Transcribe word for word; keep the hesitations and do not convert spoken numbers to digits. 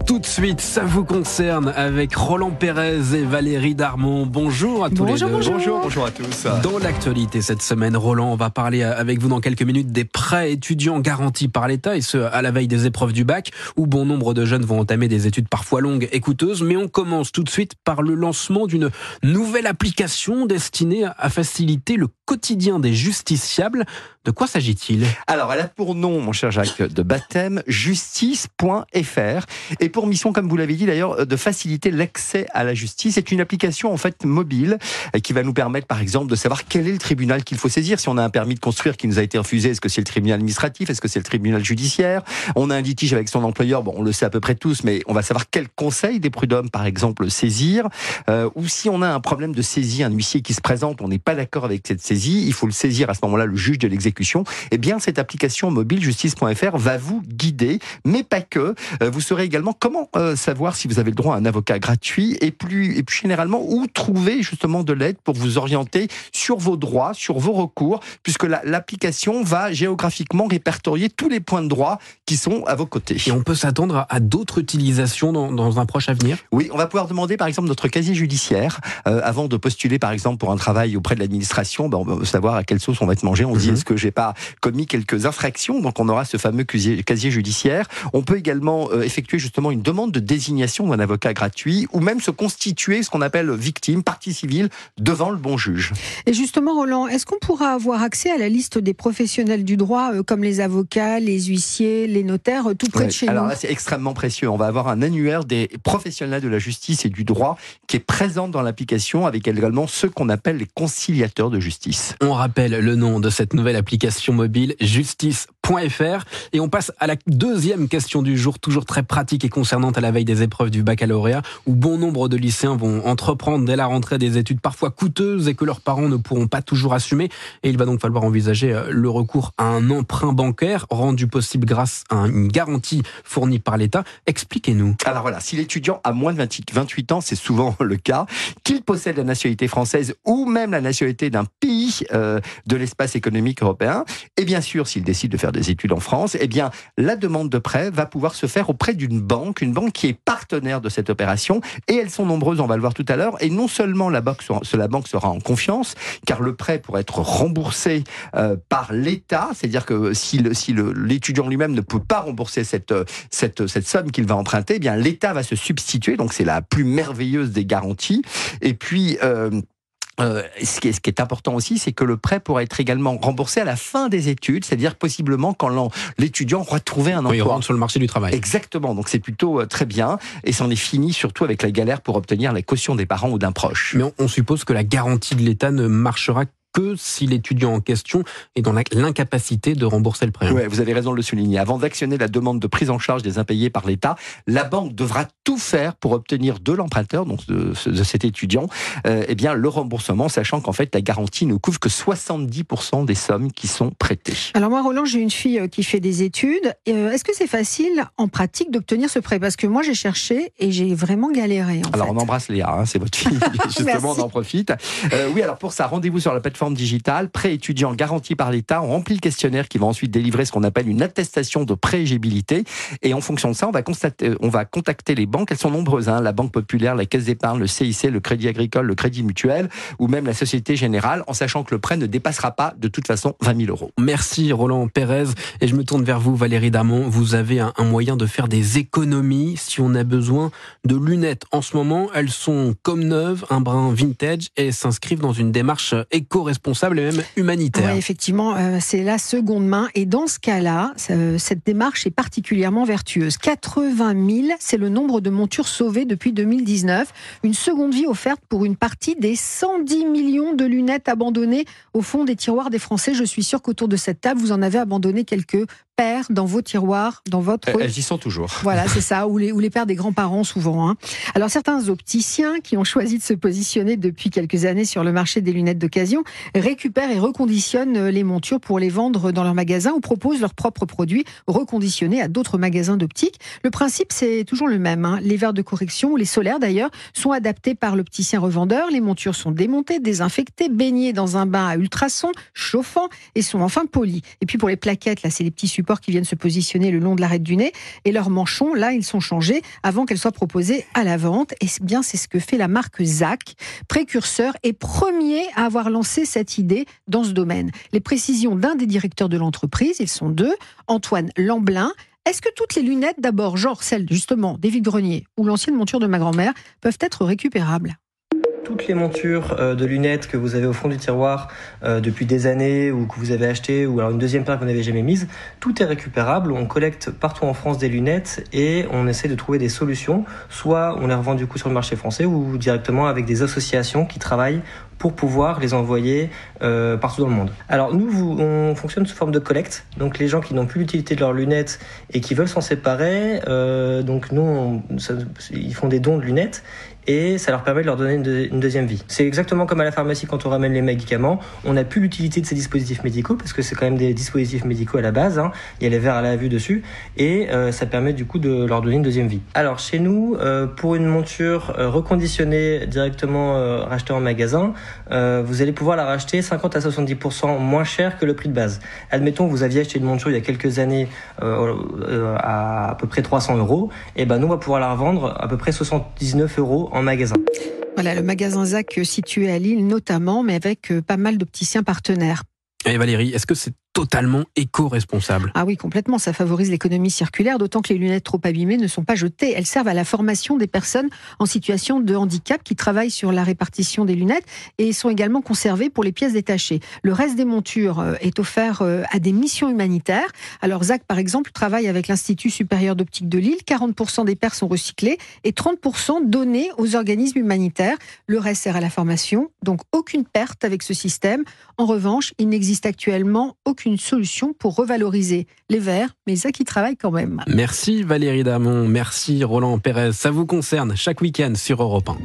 Tout de suite, ça vous concerne avec Roland Pérez et Valérie Darmon. Bonjour à tous bonjour, les deux. Bonjour, bonjour, bonjour à tous. Dans l'actualité cette semaine, Roland, on va parler avec vous dans quelques minutes des prêts étudiants garantis par l'État, et ce, à la veille des épreuves du bac, où bon nombre de jeunes vont entamer des études parfois longues et coûteuses. Mais on commence tout de suite par le lancement d'une nouvelle application destinée à faciliter le quotidien des justiciables. De quoi s'agit-il ? Alors, elle a pour nom, mon cher Jacques, de baptême, justice point f r. Et pour mission, comme vous l'avez dit d'ailleurs, de faciliter l'accès à la justice. C'est une application en fait mobile qui va nous permettre, par exemple, de savoir quel est le tribunal qu'il faut saisir. Si on a un permis de construire qui nous a été refusé, est-ce que c'est le tribunal administratif ? Est-ce que c'est le tribunal judiciaire ? On a un litige avec son employeur, bon, on le sait à peu près tous, mais on va savoir quel conseil des prud'hommes, par exemple, saisir. Euh, ou si on a un problème de saisie, un huissier qui se présente, on n'est pas d'accord avec cette saisie, il faut le saisir à ce moment-là, le juge de l'exécution. Eh bien, cette application mobile justice point f r va vous guider, mais pas que. Euh, vous saurez également comment euh, savoir si vous avez le droit à un avocat gratuit et plus, et plus généralement où trouver justement de l'aide pour vous orienter sur vos droits, sur vos recours, puisque la, l'application va géographiquement répertorier tous les points de droit qui sont à vos côtés. Et on peut s'attendre à, à d'autres utilisations dans, dans un proche avenir ? Oui, on va pouvoir demander par exemple notre casier judiciaire euh, avant de postuler par exemple pour un travail auprès de l'administration. Ben, on va savoir à quelle sauce on va être mangé. On se dit, est-ce que j'ai pas commis quelques infractions ? Donc on aura ce fameux casier, casier judiciaire. On peut également euh, effectuer justement une demande de désignation d'un avocat gratuit ou même se constituer ce qu'on appelle victime, partie civile, devant le bon juge. Et justement, Roland, est-ce qu'on pourra avoir accès à la liste des professionnels du droit, euh, comme les avocats, les huissiers, les notaires, euh, tout près ouais, de chez alors nous ? Alors là, c'est extrêmement précieux. On va avoir un annuaire des professionnels de la justice et du droit qui est présent dans l'application, avec également ceux qu'on appelle les conciliateurs de justice. On rappelle le nom de cette nouvelle application mobile, justice point f r. Et on passe à la deuxième question du jour, toujours très pratique et concernante à la veille des épreuves du baccalauréat, où bon nombre de lycéens vont entreprendre dès la rentrée des études parfois coûteuses et que leurs parents ne pourront pas toujours assumer. Et il va donc falloir envisager le recours à un emprunt bancaire rendu possible grâce à une garantie fournie par l'État. Expliquez-nous. Alors voilà, si l'étudiant a moins de vingt-huit ans, c'est souvent le cas, qu'il possède la nationalité française ou même la nationalité d'un pays euh, de l'espace économique européen, et bien sûr, s'il décide de faire des études en France, eh bien, la demande de prêt va pouvoir se faire auprès d'une banque, une banque qui est partenaire de cette opération, et elles sont nombreuses, on va le voir tout à l'heure, et non seulement la banque sera, la banque sera en confiance, car le prêt pourra être remboursé euh, par l'État, c'est-à-dire que si, le, si le, l'étudiant lui-même ne peut pas rembourser cette, cette, cette somme qu'il va emprunter, eh bien, l'État va se substituer, donc c'est la plus merveilleuse des garanties, et puis... Euh, Euh, ce, qui est, ce qui est important aussi, c'est que le prêt pourra être également remboursé à la fin des études, c'est-à-dire possiblement quand l'étudiant aura trouvé un emploi. Oui, il rentre sur le marché du travail. Exactement, donc c'est plutôt euh, très bien, et c'en est fini surtout avec la galère pour obtenir la caution des parents ou d'un proche. Mais on, on suppose que la garantie de l'État ne marchera que si l'étudiant en question est dans l'incapacité de rembourser le prêt. Oui, vous avez raison de le souligner. Avant d'actionner la demande de prise en charge des impayés par l'État, la banque devra tout faire pour obtenir de l'emprunteur, donc de, de cet étudiant, euh, eh bien, le remboursement, sachant qu'en fait, la garantie ne couvre que soixante-dix pour cent des sommes qui sont prêtées. Alors moi, Roland, j'ai une fille qui fait des études. Euh, est-ce que c'est facile, en pratique, d'obtenir ce prêt ? Parce que moi, j'ai cherché et j'ai vraiment galéré. En alors, fait. on embrasse Léa, hein, c'est votre fille, justement, on en profite. Euh, oui, alors pour ça, rendez-vous sur la plateforme digitale, prêt étudiant garanti par l'État. On remplit le questionnaire qui va ensuite délivrer ce qu'on appelle une attestation de pré-éligibilité. Et en fonction de ça, on va, constater, on va contacter les banques. Elles sont nombreuses, hein, la Banque Populaire, la Caisse d'épargne, le C I C, le Crédit Agricole, le Crédit Mutuel ou même la Société Générale, en sachant que le prêt ne dépassera pas de toute façon vingt mille euros. Merci Roland Pérez. Et je me tourne vers vous, Valérie Darmon. Vous avez un, un moyen de faire des économies si on a besoin de lunettes. En ce moment, elles sont comme neuves, un brin vintage, et s'inscrivent dans une démarche éco-responsable et même humanitaire. Oui, effectivement, euh, c'est la seconde main. Et dans ce cas-là, euh, cette démarche est particulièrement vertueuse. quatre-vingt mille, c'est le nombre de montures sauvées depuis deux mille dix-neuf. Une seconde vie offerte pour une partie des cent dix millions de lunettes abandonnées au fond des tiroirs des Français. Je suis sûre qu'autour de cette table, vous en avez abandonné quelques paires dans vos tiroirs, dans votre... Elles y sont toujours. Voilà, c'est ça, ou les, ou les paires des grands-parents souvent. Hein. Alors certains opticiens qui ont choisi de se positionner depuis quelques années sur le marché des lunettes d'occasion récupèrent et reconditionnent les montures pour les vendre dans leur magasin ou proposent leurs propres produits reconditionnés à d'autres magasins d'optique. Le principe, c'est toujours le même. Hein. Les verres de correction, ou les solaires d'ailleurs, sont adaptés par l'opticien revendeur. Les montures sont démontées, désinfectées, baignées dans un bain à ultrasons, chauffant et sont enfin polies. Et puis pour les plaquettes, là, c'est les petits supports supports qui viennent se positionner le long de l'arête du nez. Et leurs manchons, là, ils sont changés avant qu'elles soient proposées à la vente. Et c'est bien, c'est ce que fait la marque Zach, précurseur et premier à avoir lancé cette idée dans ce domaine. Les précisions d'un des directeurs de l'entreprise, ils sont deux, Antoine Lamblin. Est-ce que toutes les lunettes, d'abord, genre celles justement des vide-greniers ou l'ancienne monture de ma grand-mère, peuvent être récupérables ? Toutes les montures euh, de lunettes que vous avez au fond du tiroir euh, depuis des années ou que vous avez achetées, ou alors une deuxième paire que vous n'avez jamais mise, tout est récupérable. On collecte partout en France des lunettes et on essaie de trouver des solutions. Soit on les revend du coup sur le marché français ou directement avec des associations qui travaillent pour pouvoir les envoyer euh, partout dans le monde. Alors nous, vous, on fonctionne sous forme de collecte. Donc les gens qui n'ont plus l'utilité de leurs lunettes et qui veulent s'en séparer, euh, donc nous, on, ça, ils font des dons de lunettes et ça leur permet de leur donner une, de, une deuxième vie. C'est exactement comme à la pharmacie quand on ramène les médicaments. On n'a plus l'utilité de ces dispositifs médicaux parce que c'est quand même des dispositifs médicaux à la base. Hein. Il y a les verres à la vue dessus et euh, ça permet du coup de leur donner une deuxième vie. Alors chez nous, euh, pour une monture euh, reconditionnée directement euh, rachetée en magasin, Euh, vous allez pouvoir la racheter cinquante à soixante-dix pour cent moins cher que le prix de base. Admettons que vous aviez acheté une monture il y a quelques années euh, euh, à à peu près trois cents euros, et ben nous on va pouvoir la revendre à peu près soixante-dix-neuf euros en magasin. Voilà, le magasin Zach situé à Lille notamment, mais avec pas mal d'opticiens partenaires. Et Valérie, est-ce que c'est totalement éco-responsable? Ah oui, complètement. Ça favorise l'économie circulaire, d'autant que les lunettes trop abîmées ne sont pas jetées. Elles servent à la formation des personnes en situation de handicap qui travaillent sur la répartition des lunettes et sont également conservées pour les pièces détachées. Le reste des montures est offert à des missions humanitaires. Alors Zach, par exemple, travaille avec l'Institut supérieur d'optique de Lille. quarante pour cent des paires sont recyclées et trente pour cent données aux organismes humanitaires. Le reste sert à la formation, donc aucune perte avec ce système. En revanche, il n'existe actuellement aucune solution pour revaloriser les verres, mais Zach y travaille quand même. Merci Valérie Damon, merci Roland Pérez. Ça vous concerne chaque week-end sur Europe un.